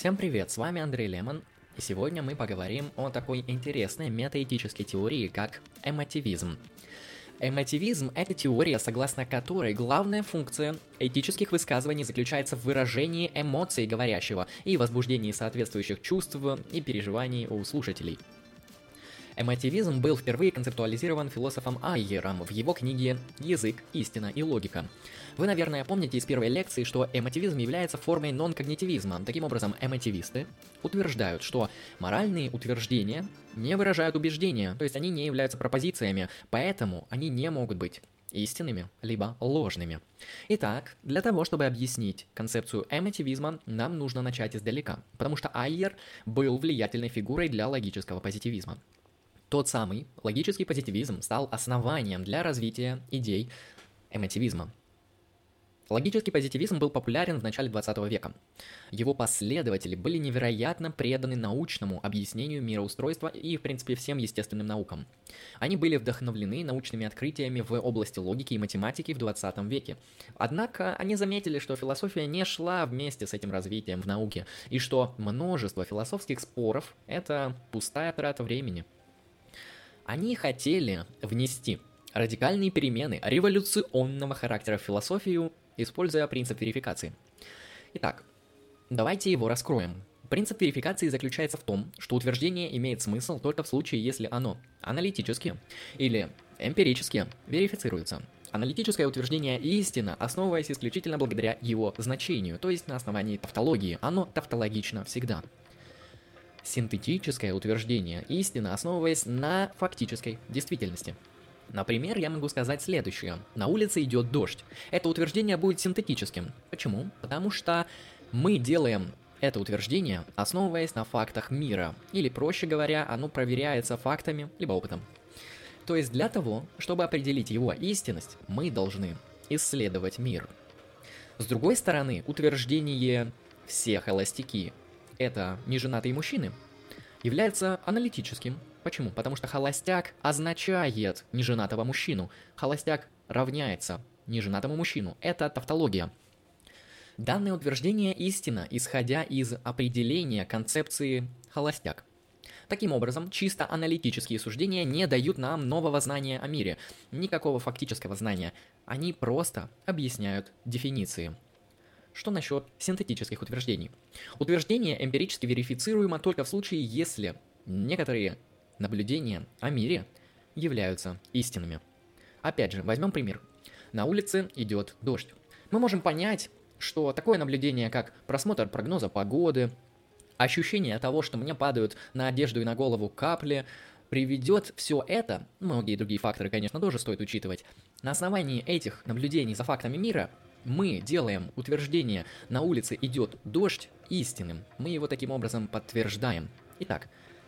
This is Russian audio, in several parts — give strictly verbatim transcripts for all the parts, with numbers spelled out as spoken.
Всем привет, с вами Андрей Лемон, и сегодня мы поговорим о такой интересной метаэтической теории, как эмотивизм. Эмотивизм – это теория, согласно которой главная функция этических высказываний заключается в выражении эмоций говорящего и возбуждении соответствующих чувств и переживаний у слушателей. Эмотивизм был впервые концептуализирован философом Айером в его книге «Язык, истина и логика». Вы, наверное, помните из первой лекции, что эмотивизм является формой нон-когнитивизма. Таким образом, эмотивисты утверждают, что моральные утверждения не выражают убеждения, то есть они не являются пропозициями, поэтому они не могут быть истинными, либо ложными. Итак, для того, чтобы объяснить концепцию эмотивизма, нам нужно начать издалека, потому что Айер был влиятельной фигурой для логического позитивизма. Тот самый логический позитивизм стал основанием для развития идей эмотивизма. Логический позитивизм был популярен в начале двадцатого века. Его последователи были невероятно преданы научному объяснению мироустройства и, в принципе, всем естественным наукам. Они были вдохновлены научными открытиями в области логики и математики в двадцатом веке. Однако они заметили, что философия не шла вместе с этим развитием в науке, и что множество философских споров – это пустая трата времени. Они хотели внести радикальные перемены революционного характера в философию, используя принцип верификации. Итак, давайте его раскроем. Принцип верификации заключается в том, что утверждение имеет смысл только в случае, если оно аналитически или эмпирически верифицируется. Аналитическое утверждение истина, основываясь исключительно благодаря его значению, то есть на основании тавтологии. Оно тавтологично всегда. Синтетическое утверждение истина, основываясь на фактической действительности. Например, я могу сказать следующее. На улице идет дождь. Это утверждение будет синтетическим. Почему? Потому что мы делаем это утверждение, основываясь на фактах мира. Или, проще говоря, оно проверяется фактами, либо опытом. То есть для того, чтобы определить его истинность, мы должны исследовать мир. С другой стороны, утверждение «все холостяки» — это неженатые мужчины, является аналитическим. Почему? Потому что холостяк означает неженатого мужчину. Холостяк равняется неженатому мужчину. Это тавтология. Данное утверждение истина, исходя из определения концепции холостяк. Таким образом, чисто аналитические суждения не дают нам нового знания о мире, никакого фактического знания. Они просто объясняют дефиниции. Что насчет синтетических утверждений? Утверждение эмпирически верифицируемо только в случае, если некоторые наблюдения о мире являются истинными. Опять же, возьмем пример. На улице идет дождь. Мы можем понять, что такое наблюдение, как просмотр прогноза погоды, ощущение того, что мне падают на одежду и на голову капли, приведет все это, многие другие факторы, конечно, тоже стоит учитывать. На основании этих наблюдений за фактами мира мы делаем утверждение «на улице идет дождь» истинным. Мы его таким образом подтверждаем. Итак,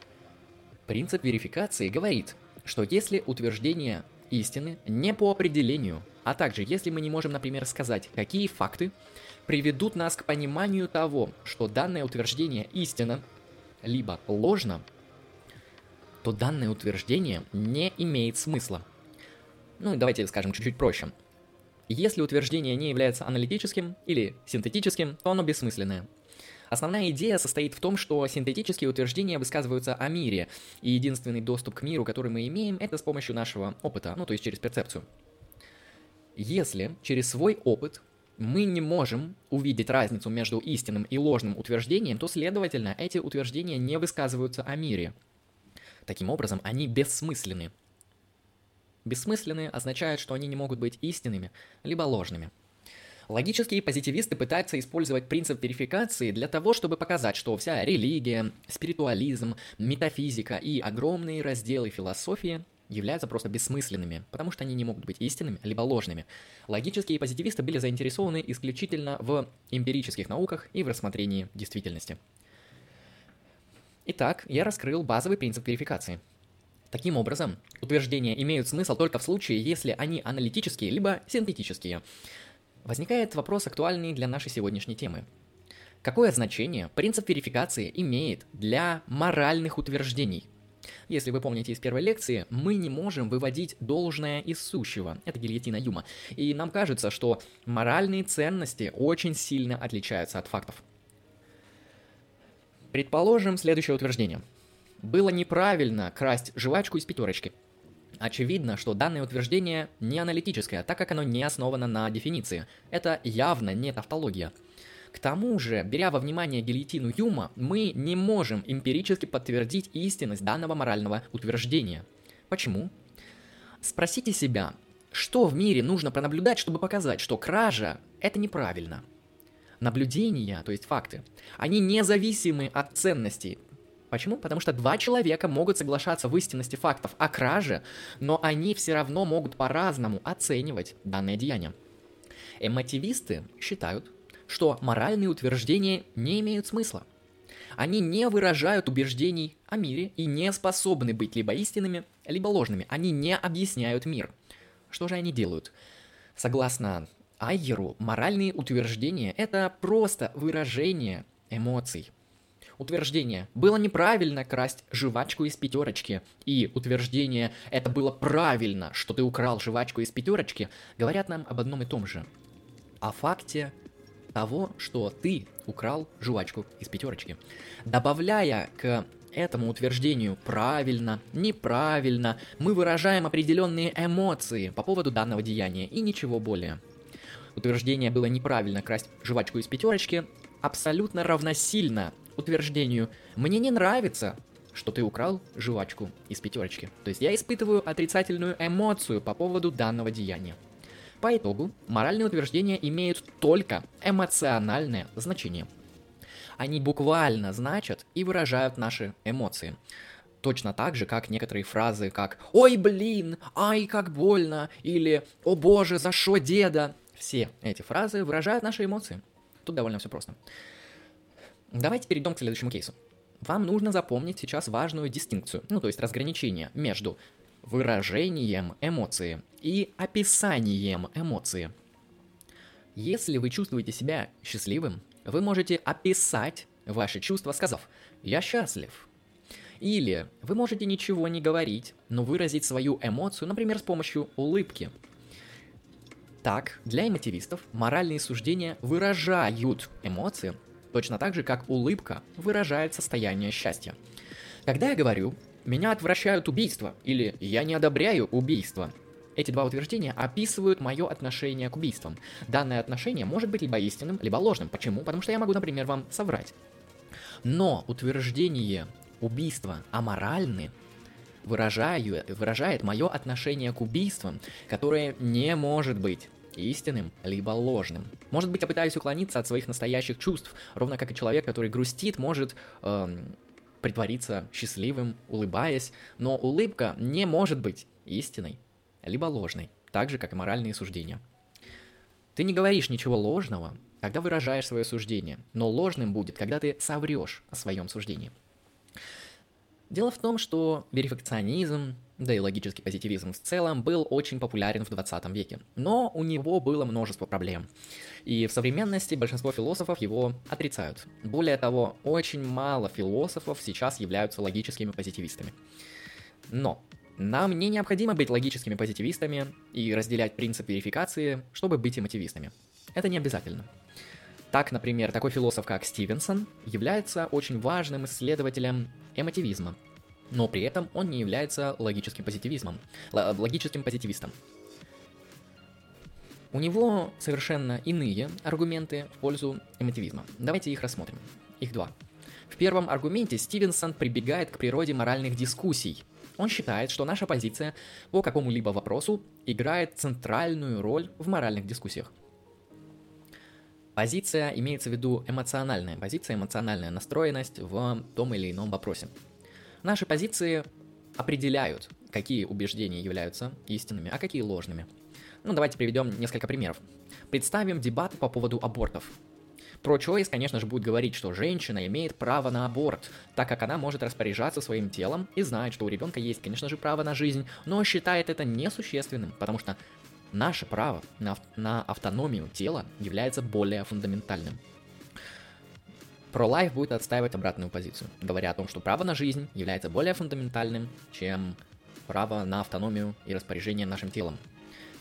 принцип верификации говорит, что если утверждение истины не по определению, а также если мы не можем, например, сказать, какие факты приведут нас к пониманию того, что данное утверждение истина, либо ложно, то данное утверждение не имеет смысла. Ну, давайте скажем чуть-чуть проще. Если утверждение не является аналитическим или синтетическим, то оно бессмысленное. Основная идея состоит в том, что синтетические утверждения высказываются о мире, и единственный доступ к миру, который мы имеем, это с помощью нашего опыта, ну то есть через перцепцию. Если через свой опыт мы не можем увидеть разницу между истинным и ложным утверждением, то, следовательно, эти утверждения не высказываются о мире. Таким образом, они бессмысленны. Бессмысленные означает, что они не могут быть истинными, либо ложными. Логические позитивисты пытаются использовать принцип верификации для того, чтобы показать, что вся религия, спиритуализм, метафизика и огромные разделы философии являются просто бессмысленными, потому что они не могут быть истинными либо ложными. Логические позитивисты были заинтересованы исключительно в эмпирических науках и в рассмотрении действительности. Итак, я раскрыл базовый принцип верификации. Таким образом, утверждения имеют смысл только в случае, если они аналитические либо синтетические. Возникает вопрос, актуальный для нашей сегодняшней темы. Какое значение принцип верификации имеет для моральных утверждений? Если вы помните из первой лекции, мы не можем выводить должное из сущего. Это гильотина Юма. И нам кажется, что моральные ценности очень сильно отличаются от фактов. Предположим следующее утверждение. Было неправильно красть жвачку из пятерочки. Очевидно, что данное утверждение не аналитическое, так как оно не основано на дефиниции. Это явно не тавтология. К тому же, беря во внимание гильотину Юма, мы не можем эмпирически подтвердить истинность данного морального утверждения. Почему? Спросите себя, что в мире нужно пронаблюдать, чтобы показать, что кража – это неправильно? Наблюдения, то есть факты, они независимы от ценностей. Почему? Потому что два человека могут соглашаться в истинности фактов о краже, но они все равно могут по-разному оценивать данное деяние. Эмотивисты считают, что моральные утверждения не имеют смысла. Они не выражают убеждений о мире и не способны быть либо истинными, либо ложными. Они не объясняют мир. Что же они делают? Согласно Айгеру, моральные утверждения – это просто выражение эмоций. Утверждение «было неправильно красть жвачку из пятерочки» и утверждение «это было правильно, что ты украл жвачку из пятерочки» говорят нам об одном и том же. О факте того, что ты украл жвачку из пятерочки. Добавляя к этому утверждению правильно, неправильно, мы выражаем определенные эмоции по поводу данного деяния и ничего более. Утверждение «было неправильно красть жвачку из пятерочки» абсолютно равносильно утверждению «мне не нравится, что ты украл жвачку из пятерочки». То есть я испытываю отрицательную эмоцию по поводу данного деяния. По итогу, моральные утверждения имеют только эмоциональное значение. Они буквально значат и выражают наши эмоции. Точно так же, как некоторые фразы, как «Ой, блин! Ай, как больно!» или «О боже, за шо деда?» Все эти фразы выражают наши эмоции. Тут довольно все просто. Давайте перейдем к следующему кейсу. Вам нужно запомнить сейчас важную дистинкцию, ну то есть разграничение между выражением эмоции и описанием эмоции. Если вы чувствуете себя счастливым, вы можете описать ваши чувства, сказав «я счастлив». Или вы можете ничего не говорить, но выразить свою эмоцию, например, с помощью улыбки. Так, для эмотивистов моральные суждения выражают эмоции, точно так же, как улыбка выражает состояние счастья. Когда я говорю «меня отвращают убийства» или «я не одобряю убийства», эти два утверждения описывают мое отношение к убийствам. Данное отношение может быть либо истинным, либо ложным. Почему? Потому что я могу, например, вам соврать. Но утверждение «убийства аморальны» выражаю, выражает мое отношение к убийствам, которое не может быть истинным либо ложным. Может быть, я пытаюсь уклониться от своих настоящих чувств, ровно как и человек, который грустит, может эм, притвориться счастливым, улыбаясь, но улыбка не может быть истинной либо ложной, так же, как и моральные суждения. Ты не говоришь ничего ложного, когда выражаешь свое суждение, но ложным будет, когда ты соврешь о своем суждении. Дело в том, что верификационизм, да и логический позитивизм в целом, был очень популярен в двадцатом веке, но у него было множество проблем. И в современности большинство философов его отрицают. Более того, очень мало философов сейчас являются логическими позитивистами. Но нам не необходимо быть логическими позитивистами и разделять принцип верификации, чтобы быть эмотивистами. Это не обязательно. Так, например, такой философ, как Стивенсон, является очень важным исследователем эмотивизма, но при этом он не является логическим позитивизмом, логическим позитивистом. У него совершенно иные аргументы в пользу эмотивизма. Давайте их рассмотрим. Их два. В первом аргументе Стивенсон прибегает к природе моральных дискуссий. Он считает, что наша позиция по какому-либо вопросу играет центральную роль в моральных дискуссиях. Позиция имеется в виду эмоциональная позиция, эмоциональная настроенность в том или ином вопросе. Наши позиции определяют, какие убеждения являются истинными, а какие ложными. Ну, давайте приведем несколько примеров. Представим дебаты по поводу абортов. Про-чойс, конечно же, будет говорить, что женщина имеет право на аборт, так как она может распоряжаться своим телом и знает, что у ребенка есть, конечно же, право на жизнь, но считает это несущественным, потому что наше право на, на автономию тела является более фундаментальным. Pro-Life будет отстаивать обратную позицию, говоря о том, что право на жизнь является более фундаментальным, чем право на автономию и распоряжение нашим телом.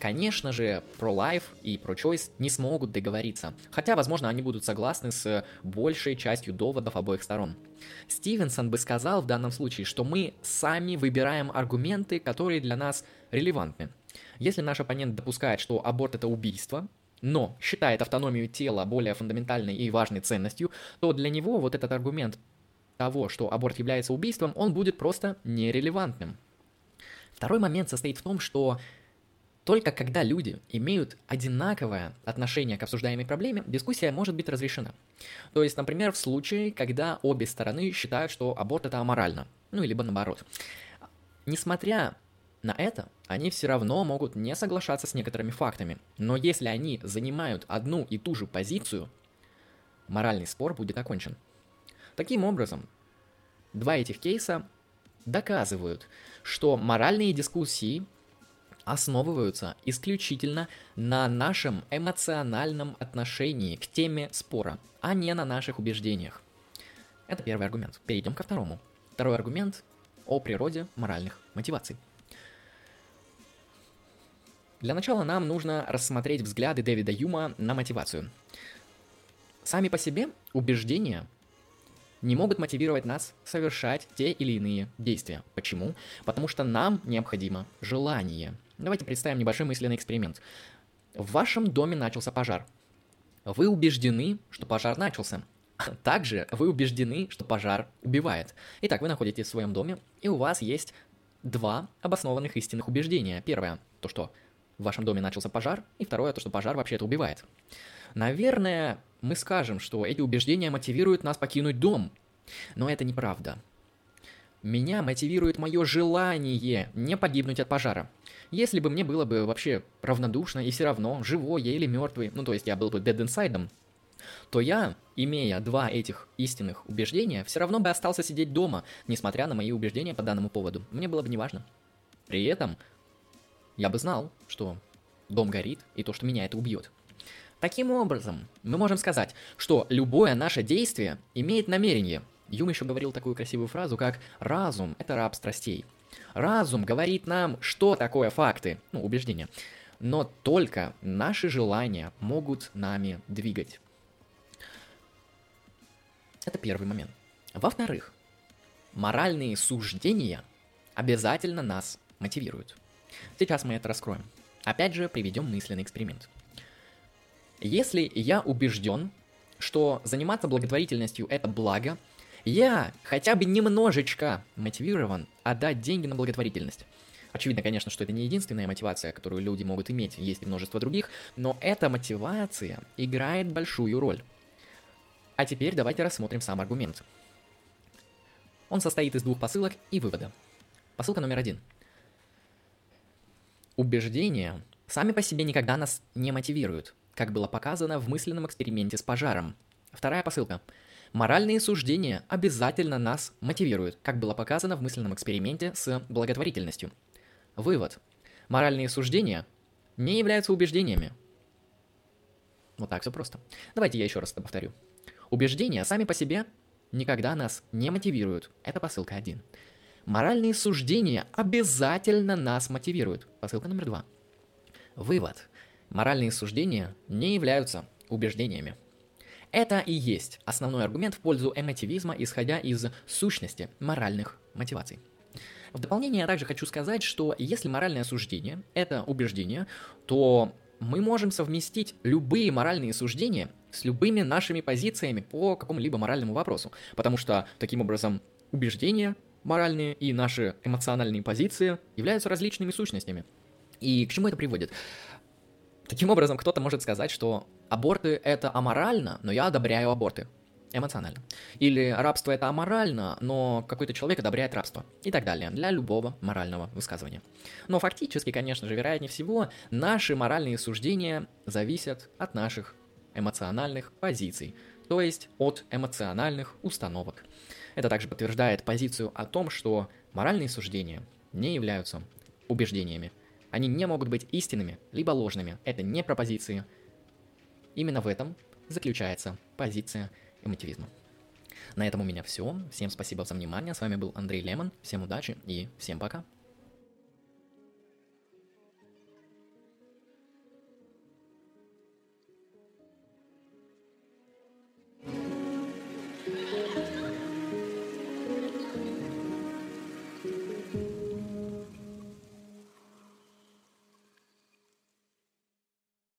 Конечно же, pro-life и pro-choice не смогут договориться, хотя, возможно, они будут согласны с большей частью доводов обоих сторон. Стивенсон бы сказал в данном случае, что мы сами выбираем аргументы, которые для нас релевантны. Если наш оппонент допускает, что аборт – это убийство, но считает автономию тела более фундаментальной и важной ценностью, то для него вот этот аргумент того, что аборт является убийством, он будет просто нерелевантным. Второй момент состоит в том, что только когда люди имеют одинаковое отношение к обсуждаемой проблеме, дискуссия может быть разрешена. То есть, например, в случае, когда обе стороны считают, что аборт это аморально, ну, либо наоборот. Несмотря на это, они все равно могут не соглашаться с некоторыми фактами, но если они занимают одну и ту же позицию, моральный спор будет окончен. Таким образом, два этих кейса доказывают, что моральные дискуссии основываются исключительно на нашем эмоциональном отношении к теме спора, а не на наших убеждениях. Это первый аргумент. Перейдем ко второму. Второй аргумент о природе моральных мотиваций. Для начала нам нужно рассмотреть взгляды Дэвида Юма на мотивацию. Сами по себе убеждения не могут мотивировать нас совершать те или иные действия. Почему? Потому что нам необходимо желание. Давайте представим небольшой мысленный эксперимент. В вашем доме начался пожар. Вы убеждены, что пожар начался. Также вы убеждены, что пожар убивает. Итак, вы находитесь в своем доме, и у вас есть два обоснованных истинных убеждения. Первое, то, что в вашем доме начался пожар, и второе, то, что пожар вообще-то убивает. Наверное, мы скажем, что эти убеждения мотивируют нас покинуть дом. Но это неправда. Меня мотивирует мое желание не погибнуть от пожара. Если бы мне было бы вообще равнодушно и все равно, живой я или мертвый, ну то есть я был бы dead inside, то я, имея два этих истинных убеждения, все равно бы остался сидеть дома, несмотря на мои убеждения по данному поводу. Мне было бы неважно. При этом я бы знал, что дом горит и то, что меня это убьет. Таким образом, мы можем сказать, что любое наше действие имеет намерение. Юм еще говорил такую красивую фразу, как «разум – это раб страстей». Разум говорит нам, что такое факты, ну, убеждения, но только наши желания могут нами двигать. Это первый момент. Во-вторых, моральные суждения обязательно нас мотивируют. Сейчас мы это раскроем. Опять же, приведем мысленный эксперимент. Если я убежден, что заниматься благотворительностью – это благо, я хотя бы немножечко мотивирован отдать деньги на благотворительность. Очевидно, конечно, что это не единственная мотивация, которую люди могут иметь, есть и множество других, но эта мотивация играет большую роль. А теперь давайте рассмотрим сам аргумент. Он состоит из двух посылок и вывода. Посылка номер один. Убеждения сами по себе никогда нас не мотивируют, как было показано в мысленном эксперименте с пожаром. Вторая посылка. Моральные суждения обязательно нас мотивируют, как было показано в мысленном эксперименте с благотворительностью. Вывод. Моральные суждения не являются убеждениями. Вот так все просто. Давайте я еще раз это повторю. Убеждения сами по себе никогда нас не мотивируют. Это посылка один. Моральные суждения обязательно нас мотивируют. Посылка номер два. Вывод. Моральные суждения не являются убеждениями. Это и есть основной аргумент в пользу эмотивизма, исходя из сущности моральных мотиваций. В дополнение я также хочу сказать, что если моральное суждение – это убеждение, то мы можем совместить любые моральные суждения с любыми нашими позициями по какому-либо моральному вопросу, потому что таким образом убеждения моральные и наши эмоциональные позиции являются различными сущностями. И к чему это приводит? Таким образом, кто-то может сказать, что аборты – это аморально, но я одобряю аборты. Эмоционально. Или рабство – это аморально, но какой-то человек одобряет рабство. И так далее. Для любого морального высказывания. Но фактически, конечно же, вероятнее всего, наши моральные суждения зависят от наших эмоциональных позиций. То есть от эмоциональных установок. Это также подтверждает позицию о том, что моральные суждения не являются убеждениями. Они не могут быть истинными, либо ложными. Это не пропозиции. Именно в этом заключается позиция эмотивизма. На этом у меня все. Всем спасибо за внимание. С вами был Андрей Лемон. Всем удачи и всем пока.